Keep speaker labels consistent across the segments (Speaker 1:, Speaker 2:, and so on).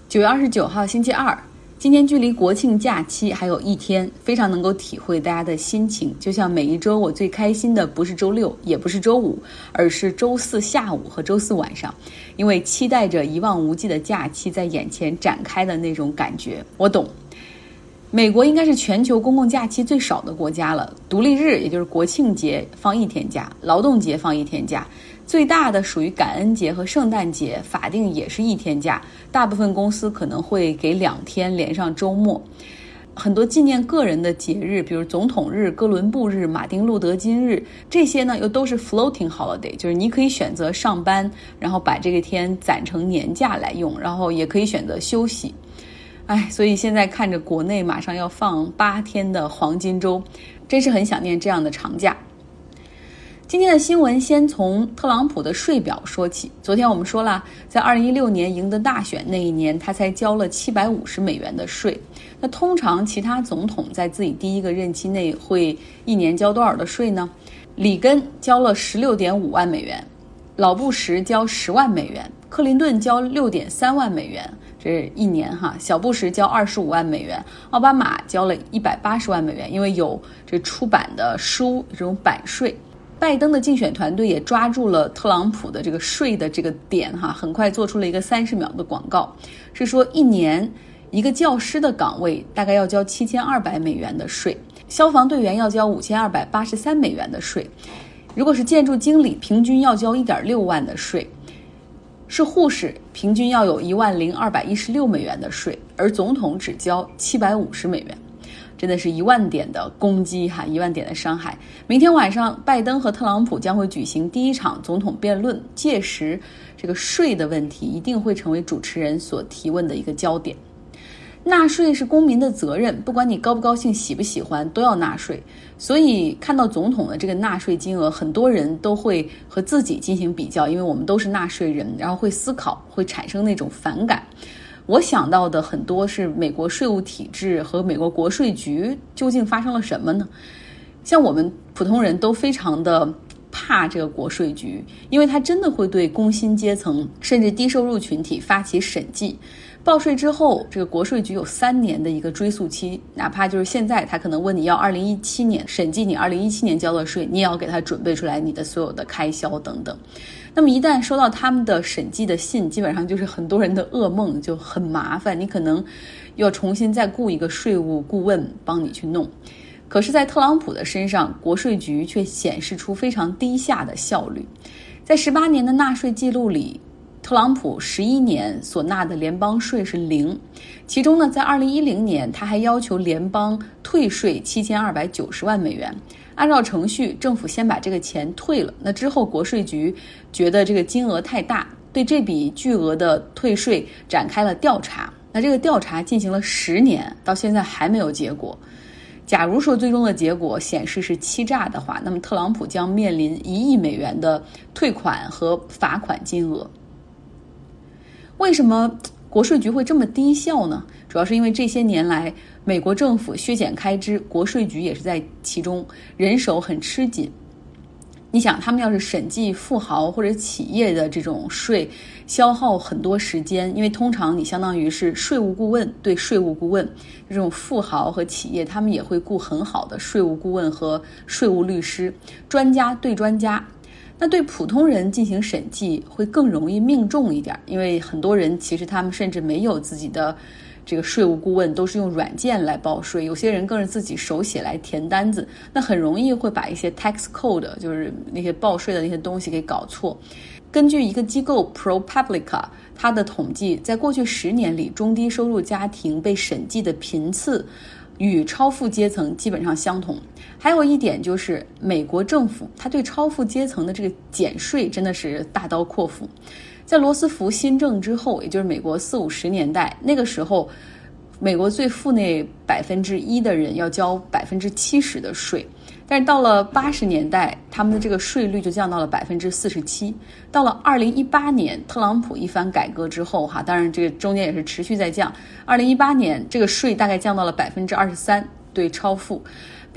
Speaker 1: 9月29号星期二，今天距离国庆假期还有一天，非常能够体会大家的心情。就像每一周我最开心的不是周六，也不是周五，而是周四下午和周四晚上，因为期待着一望无际的假期在眼前展开的那种感觉。我懂。美国应该是全球公共假期最少的国家了，独立日也就是国庆节放1天假，劳动节放1天假，最大的属于感恩节和圣诞节，法定也是1天假，大部分公司可能会给2天连上周末。很多纪念个人的节日，比如总统日、哥伦布日、马丁路德金日，这些呢又都是 floating holiday， 就是你可以选择上班，然后把这个天攒成年假来用，然后也可以选择休息。所以现在看着国内马上要放8天的黄金周，真是很想念这样的长假。今天的新闻先从特朗普的税表说起。昨天我们说了，在2016年赢得大选那一年，他才交了750美元的税。那通常其他总统在自己第一个任期内会一年交多少的税呢？里根交了16.5万美元，老布什交10万美元，克林顿交6.3万美元，这是一年哈。小布什交25万美元，奥巴马交了180万美元，因为有这出版的书这种版税。拜登的竞选团队也抓住了特朗普的这个税的这个点哈，很快做出了一个30秒的广告，是说一年一个教师的岗位大概要交7200美元的税，消防队员要交5283美元的税，如果是建筑经理平均要交1.6万的税，是护士平均要有10216美元的税，而总统只交750美元。真的是1万点的攻击哈，1万点的伤害。明天晚上，拜登和特朗普将会举行第一场总统辩论，届时这个税的问题一定会成为主持人所提问的一个焦点。纳税是公民的责任，不管你高不高兴、喜不喜欢，都要纳税。所以看到总统的这个纳税金额，很多人都会和自己进行比较，因为我们都是纳税人，然后会思考，会产生那种反感。我想到的很多是美国税务体制和美国国税局究竟发生了什么呢？像我们普通人都非常的怕这个国税局，因为它真的会对工薪阶层甚至低收入群体发起审计。报税之后，这个国税局有3年的一个追溯期，哪怕就是现在他可能问你要2017年审计你2017年交的税，你也要给他准备出来你的所有的开销等等。那么一旦收到他们的审计的信，基本上就是很多人的噩梦，就很麻烦，你可能要重新再雇一个税务顾问帮你去弄。可是在特朗普的身上，国税局却显示出非常低下的效率。在18年的纳税记录里，特朗普11年所纳的联邦税是0，其中呢，在2010年他还要求联邦退税7290万美元。按照程序，政府先把这个钱退了，那之后国税局觉得这个金额太大，对这笔巨额的退税展开了调查。那这个调查进行了10年，到现在还没有结果。假如说最终的结果显示是欺诈的话，那么特朗普将面临1亿美元的退款和罚款金额。为什么国税局会这么低效呢？主要是因为这些年来美国政府削减开支，国税局也是在其中，人手很吃紧。你想，他们要是审计富豪或者企业的这种税，消耗很多时间，因为通常你相当于是税务顾问对税务顾问，这种富豪和企业他们也会雇很好的税务顾问和税务律师，专家对专家。那对普通人进行审计会更容易命中一点，因为很多人其实他们甚至没有自己的这个税务顾问，都是用软件来报税，有些人更是自己手写来填单子，那很容易会把一些 tax code， 就是那些报税的那些东西给搞错。根据一个机构 ProPublica 它的统计，在过去10年里，中低收入家庭被审计的频次与超富阶层基本上相同。还有一点就是美国政府它对超富阶层的这个减税真的是大刀阔斧。在罗斯福新政之后，也就是美国40、50年代，那个时候美国最富那1%的人要交70%的税，但是到了80年代，他们的这个税率就降到了47%。到了2018年，特朗普一番改革之后当然这个中间也是持续在降，2018年这个税大概降到了23%，对超富。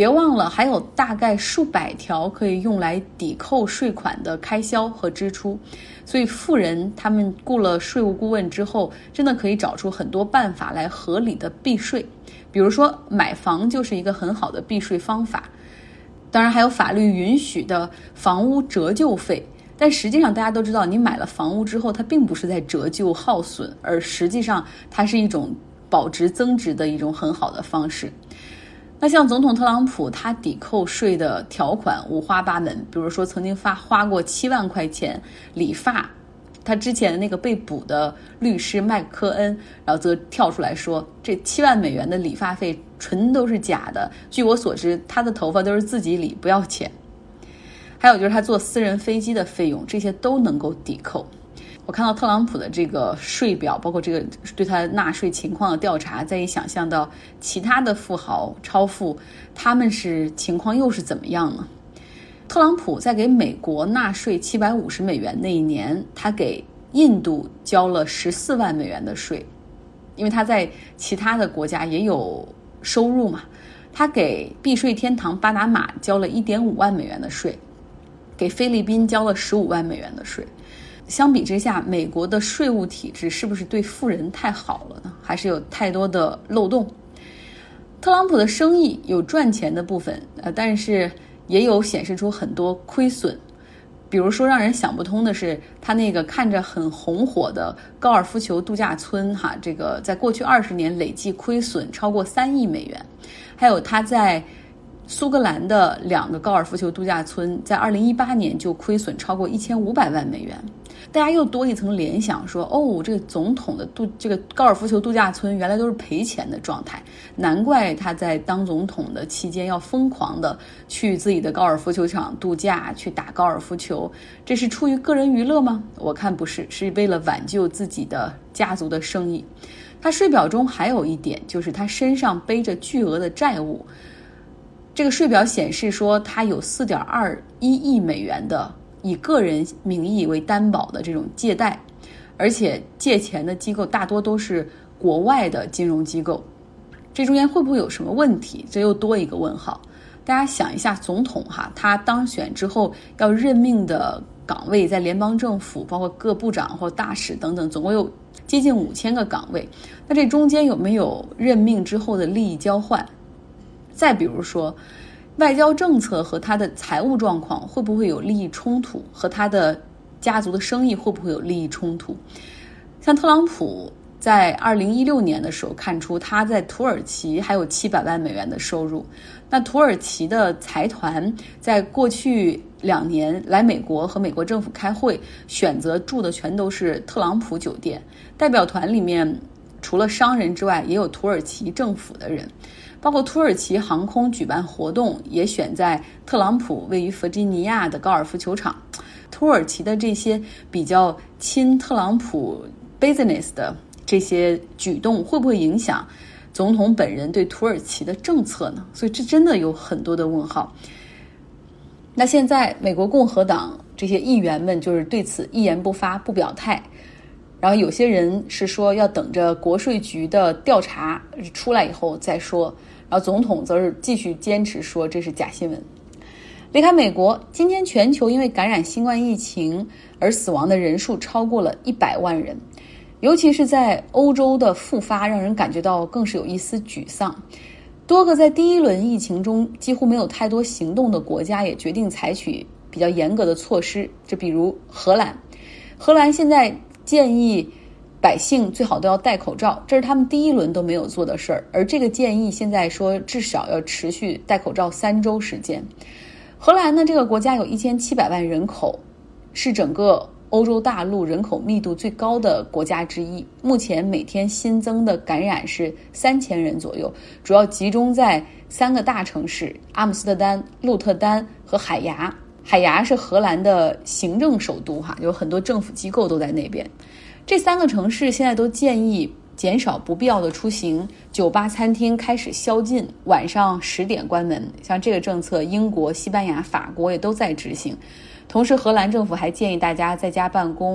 Speaker 1: 别忘了还有大概数百条可以用来抵扣税款的开销和支出，所以富人他们雇了税务顾问之后，真的可以找出很多办法来合理的避税。比如说买房就是一个很好的避税方法，当然还有法律允许的房屋折旧费，但实际上大家都知道，你买了房屋之后，它并不是在折旧耗损，而实际上它是一种保值增值的一种很好的方式。那像总统特朗普，他抵扣税的条款五花八门，比如说曾经花过7万块钱理发，他之前的那个被捕的律师麦克科恩，然后则跳出来说，这7万美元的理发费纯都是假的，据我所知，他的头发都是自己理，不要钱。还有就是他坐私人飞机的费用，这些都能够抵扣。我看到特朗普的这个税表，包括这个对他纳税情况的调查，再一想象到其他的富豪超富，他们是情况又是怎么样呢？特朗普在给美国纳税750美元那一年，他给印度交了14万美元的税，因为他在其他的国家也有收入嘛。他给避税天堂巴拿马交了1.5万美元的税，给菲律宾交了15万美元的税。相比之下，美国的税务体制是不是对富人太好了呢？还是有太多的漏洞？特朗普的生意有赚钱的部分，但是也有显示出很多亏损。比如说让人想不通的是，他那个看着很红火的高尔夫球度假村，这个在过去20年累计亏损超过3亿美元。还有他在苏格兰的2个高尔夫球度假村，在2018年就亏损超过1500万美元。大家又多一层联想，说这个总统的这个高尔夫球度假村原来都是赔钱的状态，难怪他在当总统的期间要疯狂的去自己的高尔夫球场度假，去打高尔夫球。这是出于个人娱乐吗？我看不是，是为了挽救自己的家族的生意。他税表中还有一点，就是他身上背着巨额的债务。这个税表显示说，他有4.21亿美元的以个人名义为担保的这种借贷，而且借钱的机构大多都是国外的金融机构。这中间会不会有什么问题？这又多一个问号。大家想一下，总统他当选之后要任命的岗位，在联邦政府包括各部长或大使等等，总共有接近5000个岗位。那这中间有没有任命之后的利益交换？再比如说外交政策和他的财务状况会不会有利益冲突，和他的家族的生意会不会有利益冲突？像特朗普在2016年的时候看出他在土耳其还有700万美元的收入，那土耳其的财团在过去2年来美国和美国政府开会，选择住的全都是特朗普酒店，代表团里面除了商人之外也有土耳其政府的人，包括土耳其航空举办活动也选在特朗普位于弗吉尼亚的高尔夫球场。土耳其的这些比较亲特朗普 business 的这些举动会不会影响总统本人对土耳其的政策呢？所以这真的有很多的问号。那现在美国共和党这些议员们就是对此一言不发，不表态，然后有些人是说要等着国税局的调查出来以后再说，然后总统则是继续坚持说这是假新闻。离开美国，今天全球因为感染新冠疫情而死亡的人数超过了100万人，尤其是在欧洲的复发让人感觉到更是有一丝沮丧。多个在第一轮疫情中几乎没有太多行动的国家也决定采取比较严格的措施，这比如荷兰现在建议百姓最好都要戴口罩，这是他们第一轮都没有做的事儿，而这个建议现在说至少要持续戴口罩3周时间。荷兰呢，这个国家有1700万人口，是整个欧洲大陆人口密度最高的国家之一，目前每天新增的感染是3000人左右，主要集中在3个大城市阿姆斯特丹、鹿特丹和海牙。海牙是荷兰的行政首都有很多政府机构都在那边。这3个城市现在都建议减少不必要的出行，酒吧餐厅开始宵禁，晚上10点关门。像这个政策，英国、西班牙、法国也都在执行。同时荷兰政府还建议大家在家办公，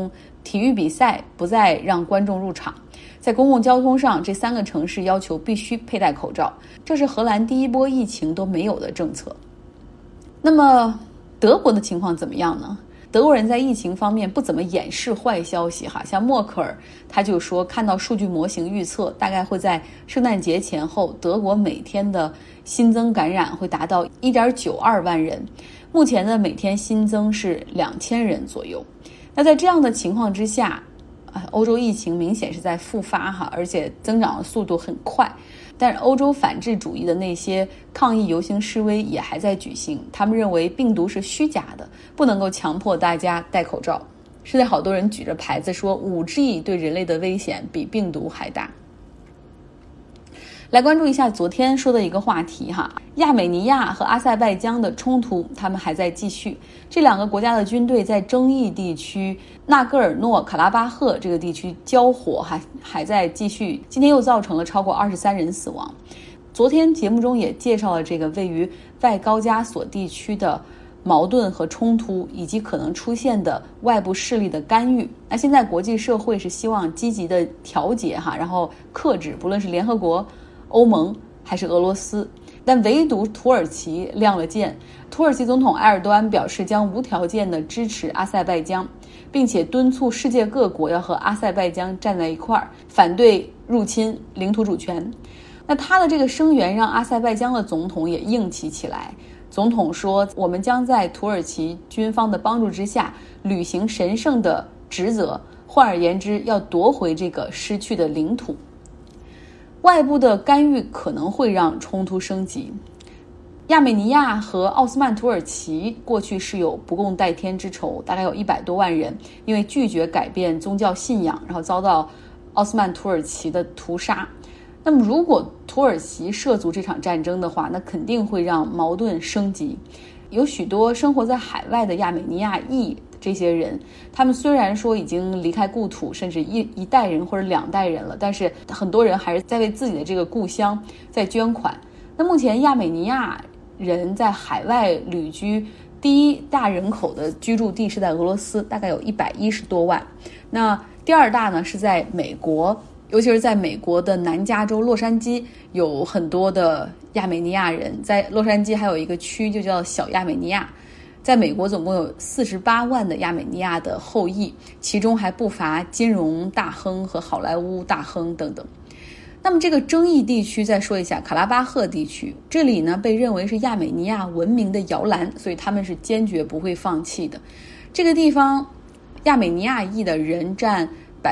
Speaker 1: 体育比赛不再让观众入场。在公共交通上，这3个城市要求必须佩戴口罩，这是荷兰第一波疫情都没有的政策。那么德国的情况怎么样呢？德国人在疫情方面不怎么掩饰坏消息哈，像默克尔他就说，看到数据模型预测，大概会在圣诞节前后，德国每天的新增感染会达到 1.92 万人，目前的每天新增是2000人左右。那在这样的情况之下，欧洲疫情明显是在复发哈，而且增长的速度很快。但是欧洲反智主义的那些抗议游行示威也还在举行，他们认为病毒是虚假的，不能够强迫大家戴口罩。现在好多人举着牌子说 5G 对人类的危险比病毒还大。来关注一下昨天说的一个话题哈，亚美尼亚和阿塞拜疆的冲突，他们还在继续。这2个国家的军队在争议地区纳戈尔诺卡拉巴赫这个地区交火还在继续，今天又造成了超过23人死亡。昨天节目中也介绍了这个位于外高加索地区的矛盾和冲突，以及可能出现的外部势力的干预。那现在国际社会是希望积极的调节哈，然后克制，不论是联合国、欧盟还是俄罗斯，但唯独土耳其亮了剑。土耳其总统埃尔多安表示将无条件地支持阿塞拜疆，并且敦促世界各国要和阿塞拜疆站在一块儿，反对入侵领土主权。那他的这个声援让阿塞拜疆的总统也硬气起来。总统说，我们将在土耳其军方的帮助之下履行神圣的职责，换而言之，要夺回这个失去的领土。外部的干预可能会让冲突升级。亚美尼亚和奥斯曼土耳其过去是有不共戴天之仇，大概有100多万人因为拒绝改变宗教信仰，然后遭到奥斯曼土耳其的屠杀。那么如果土耳其涉足这场战争的话，那肯定会让矛盾升级。有许多生活在海外的亚美尼亚裔这些人，他们虽然说已经离开故土，甚至一代人或者2代人了，但是很多人还是在为自己的这个故乡在捐款。那目前亚美尼亚人在海外旅居第1大人口的居住地是在俄罗斯，大概有110多万。那第2大呢是在美国，尤其是在美国的南加州洛杉矶有很多的亚美尼亚人，在洛杉矶还有一个区就叫小亚美尼亚。在美国总共有48万的亚美尼亚的后裔，其中还不乏金融大亨和好莱坞大亨等等。那么这个争议地区再说一下卡拉巴赫地区，这里呢被认为是亚美尼亚文明的摇篮，所以他们是坚决不会放弃的。这个地方亚美尼亚裔的人占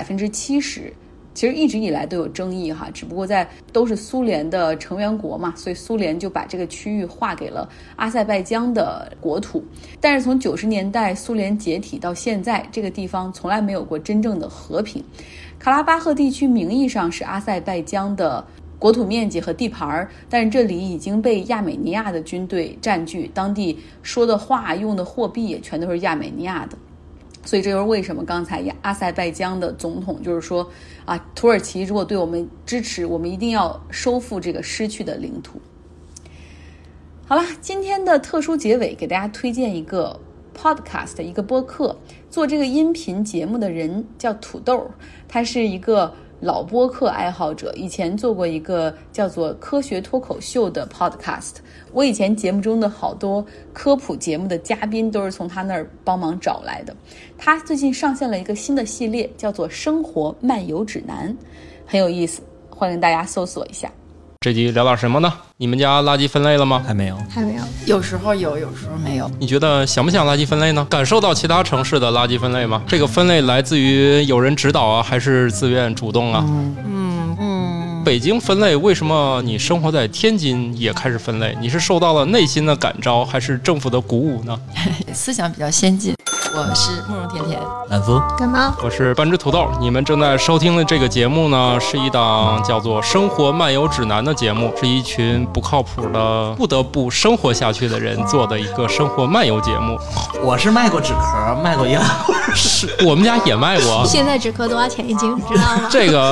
Speaker 1: 70%，其实一直以来都有争议哈，只不过都是苏联的成员国嘛，所以苏联就把这个区域划给了阿塞拜疆的国土。但是从90年代苏联解体到现在，这个地方从来没有过真正的和平。卡拉巴赫地区名义上是阿塞拜疆的国土面积和地盘，但是这里已经被亚美尼亚的军队占据，当地说的话用的货币也全都是亚美尼亚的。所以这就是为什么刚才阿塞拜疆的总统就是说土耳其如果对我们支持，我们一定要收复这个失去的领土。好了，今天的特殊结尾给大家推荐一个 podcast， 一个播客。做这个音频节目的人叫土豆，他是一个老播客爱好者，以前做过一个叫做科学脱口秀的 podcast。 我以前节目中的好多科普节目的嘉宾都是从他那儿帮忙找来的。他最近上线了一个新的系列，叫做生活漫游指南，很有意思，欢迎大家搜索一下。
Speaker 2: 这集聊点什么呢？你们家垃圾分类了吗？
Speaker 3: 还没有，
Speaker 4: 有时候有，有时候没有。
Speaker 2: 你觉得想不想垃圾分类呢？感受到其他城市的垃圾分类吗？这个分类来自于有人指导啊，还是自愿主动啊？北京分类，为什么你生活在天津也开始分类？你是受到了内心的感召，还是政府的鼓舞呢？
Speaker 4: 思想比较先进。我是慕容甜甜，
Speaker 3: 南风
Speaker 5: 干嘛？
Speaker 2: 我是半只土豆。你们正在收听的这个节目呢，是一档叫做《生活漫游指南》的节目，是一群不靠谱的不得不生活下去的人做的一个生活漫游节目。
Speaker 3: 我是卖过纸壳，卖过烟，
Speaker 2: 是我们家也卖过。
Speaker 5: 现在纸壳多少钱一斤，知道吗？
Speaker 2: 这个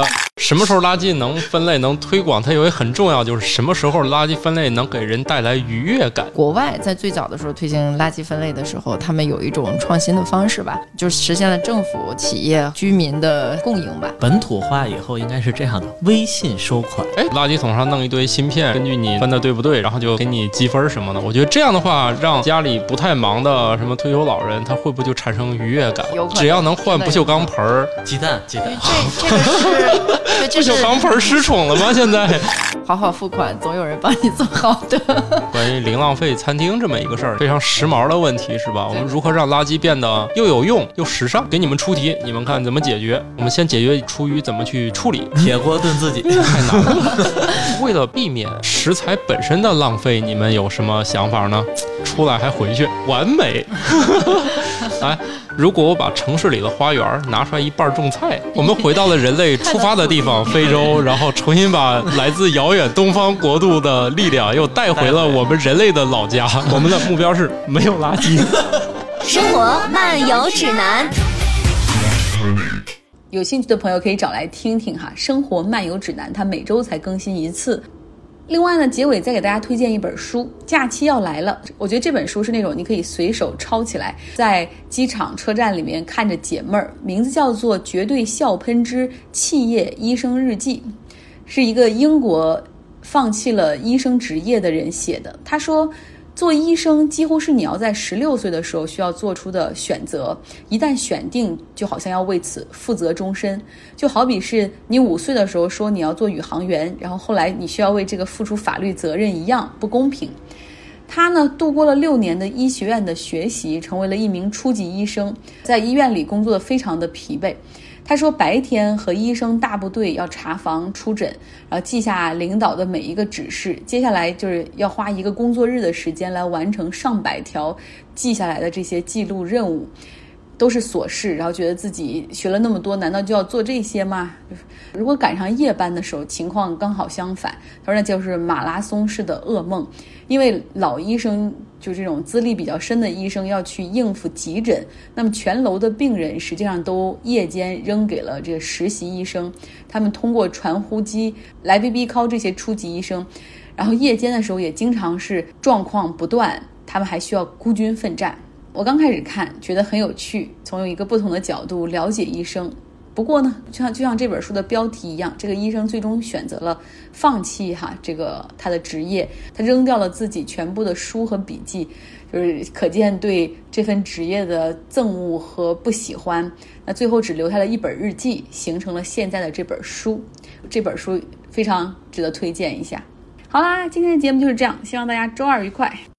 Speaker 2: 什么时候垃圾能分类能推广，它有一个很重要，就是什么时候垃圾分类能给人带来愉悦感。
Speaker 4: 国外在最早的时候推行垃圾分类的时候，他们有一种创新的方式吧，就是实现了政府、企业、居民的共赢吧。
Speaker 3: 本土化以后应该是这样的，微信收款，
Speaker 2: 垃圾桶上弄一堆芯片，根据你分的对不对，然后就给你积分什么的。我觉得这样的话，让家里不太忙的什么退休老人，他会不会就产生愉悦感？只要能换不锈钢盆儿、
Speaker 3: 鸡蛋。
Speaker 4: 这个是
Speaker 2: 不锈钢盆失宠了吗？现在
Speaker 4: 好好付款，总有人帮你做好的。
Speaker 2: 关于零浪费餐厅这么一个事儿，非常时髦的问题是吧？我们如何让垃圾变得又有用又时尚？给你们出题，你们看怎么解决？我们先解决厨余怎么去处理。
Speaker 3: 铁锅炖自己
Speaker 2: 太难了。为了避免食材本身的浪费，你们有什么想法呢？出来还回去，完美。哎，如果我把城市里的花园拿出来一半种菜，我们回到了人类出发的地方非洲，然后重新把来自遥远东方国度的力量又带回了我们人类的老家。我们的目标是没有垃圾。
Speaker 5: 生活漫游指南，
Speaker 1: 有兴趣的朋友可以找来听听哈。生活漫游指南它每周才更新一次。另外呢，结尾再给大家推荐一本书，假期要来了。我觉得这本书是那种你可以随手抄起来，在机场车站里面看着解闷儿。名字叫做《绝对笑喷之企业医生日记》，是一个英国放弃了医生职业的人写的。他说，做医生几乎是你要在16岁的时候需要做出的选择，一旦选定，就好像要为此负责终身。就好比是你5岁的时候说你要做宇航员，然后后来你需要为这个付出法律责任一样，不公平。他呢，度过了6年的医学院的学习，成为了一名初级医生，在医院里工作得非常的疲惫。他说，白天和医生大部队要查房出诊，然后记下领导的每一个指示，接下来就是要花1个工作日的时间来完成上百条记下来的这些记录任务，都是琐事，然后觉得自己学了那么多，难道就要做这些吗？如果赶上夜班的时候，情况刚好相反。他说那就是马拉松式的噩梦，因为老医生就这种资历比较深的医生要去应付急诊，那么全楼的病人实际上都夜间扔给了这个实习医生，他们通过传呼机来逼逼靠这些初级医生，然后夜间的时候也经常是状况不断，他们还需要孤军奋战。我刚开始看觉得很有趣，从一个不同的角度了解医生。不过呢，就像这本书的标题一样，这个医生最终选择了放弃这个他的职业，他扔掉了自己全部的书和笔记，就是可见对这份职业的憎恶和不喜欢。那最后只留下了一本日记，形成了现在的这本书。这本书非常值得推荐一下。好啦，今天的节目就是这样，希望大家周二愉快。